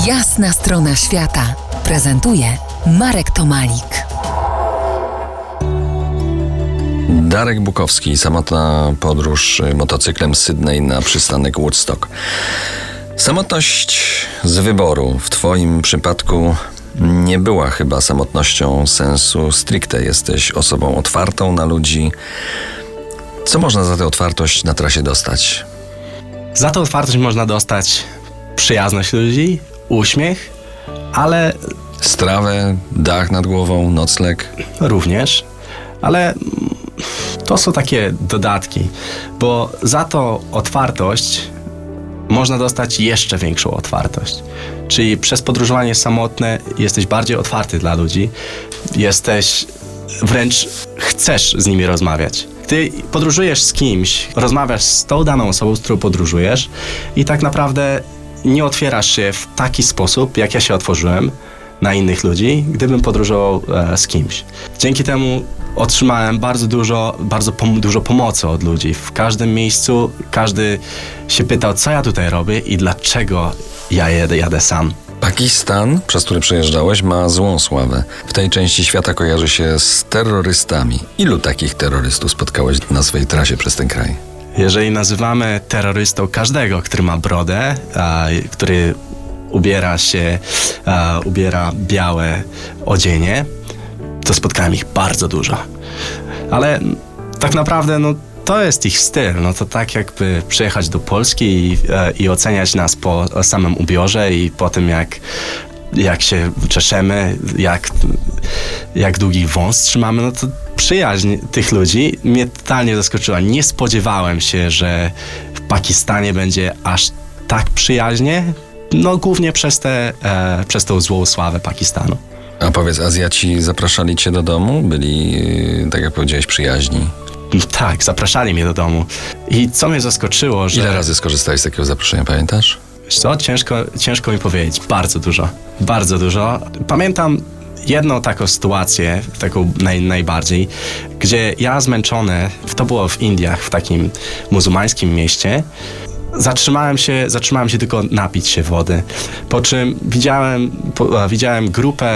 Jasna strona świata prezentuje Marek Tomalik. Darek Bukowski, samotna podróż motocyklem z Sydney na przystanek Woodstock. Samotność z wyboru w Twoim przypadku nie była chyba samotnością sensu stricte. Jesteś osobą otwartą na ludzi. Co można za tę otwartość na trasie dostać? Za tę otwartość można dostać przyjazność ludzi, uśmiech, ale... Strawę, dach nad głową, nocleg? Również, ale to są takie dodatki, bo za to otwartość można dostać jeszcze większą otwartość. Czyli przez podróżowanie samotne jesteś bardziej otwarty dla ludzi, wręcz chcesz z nimi rozmawiać. Ty podróżujesz z kimś, rozmawiasz z tą daną osobą, z którą podróżujesz i tak naprawdę nie otwierasz się w taki sposób, jak ja się otworzyłem na innych ludzi, gdybym podróżował z kimś. Dzięki temu otrzymałem bardzo dużo pomocy od ludzi. W każdym miejscu każdy się pytał, co ja tutaj robię i dlaczego ja jadę sam. Pakistan, przez który przejeżdżałeś, ma złą sławę. W tej części świata kojarzy się z terrorystami. Ilu takich terrorystów spotkałeś na swojej trasie przez ten kraj? Jeżeli nazywamy terrorystą każdego, który ma brodę, który ubiera białe odzienie, to spotkałem ich bardzo dużo. Ale tak naprawdę to jest ich styl. To tak jakby przyjechać do Polski i oceniać nas po samym ubiorze i po tym jak się czeszemy, jak długi wąs trzymamy, to przyjaźń tych ludzi mnie totalnie zaskoczyła. Nie spodziewałem się, że w Pakistanie będzie aż tak przyjaźnie, głównie przez tą złą sławę Pakistanu. A powiedz, Azjaci zapraszali cię do domu? Byli, tak jak powiedziałeś, przyjaźni? Tak, zapraszali mnie do domu. I co mnie zaskoczyło, że... Ile razy skorzystałeś z takiego zaproszenia, pamiętasz? Wiesz co, ciężko mi powiedzieć. Bardzo dużo. Bardzo dużo. Pamiętam jedną taką sytuację, taką najbardziej, gdzie ja zmęczony, to było w Indiach, w takim muzułmańskim mieście, zatrzymałem się tylko napić się wody, po czym widziałem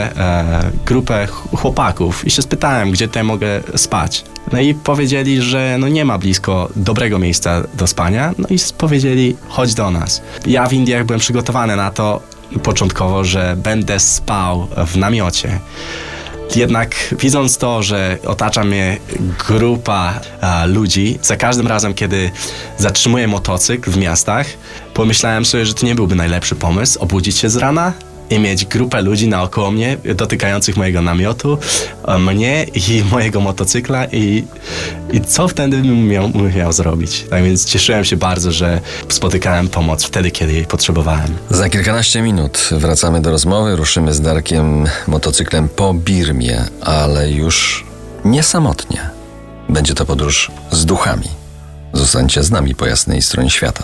grupę chłopaków i się spytałem, gdzie tutaj mogę spać. I powiedzieli, że nie ma blisko dobrego miejsca do spania, i powiedzieli, chodź do nas. Ja w Indiach byłem przygotowany na to początkowo, że będę spał w namiocie. Jednak widząc to, że otacza mnie grupa ludzi, za każdym razem, kiedy zatrzymuję motocykl w miastach, pomyślałem sobie, że to nie byłby najlepszy pomysł obudzić się z rana i mieć grupę ludzi naokoło mnie, dotykających mojego namiotu, mnie i mojego motocykla i co wtedy bym miał zrobić. Tak więc cieszyłem się bardzo, że spotykałem pomoc wtedy, kiedy jej potrzebowałem. Za kilkanaście minut wracamy do rozmowy, ruszymy z Darkiem motocyklem po Birmie, ale już nie samotnie. Będzie to podróż z duchami. Zostańcie z nami po jasnej stronie świata.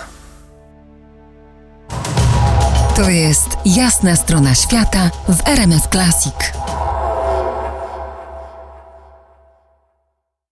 To jest Jasna strona świata w RMF Classic.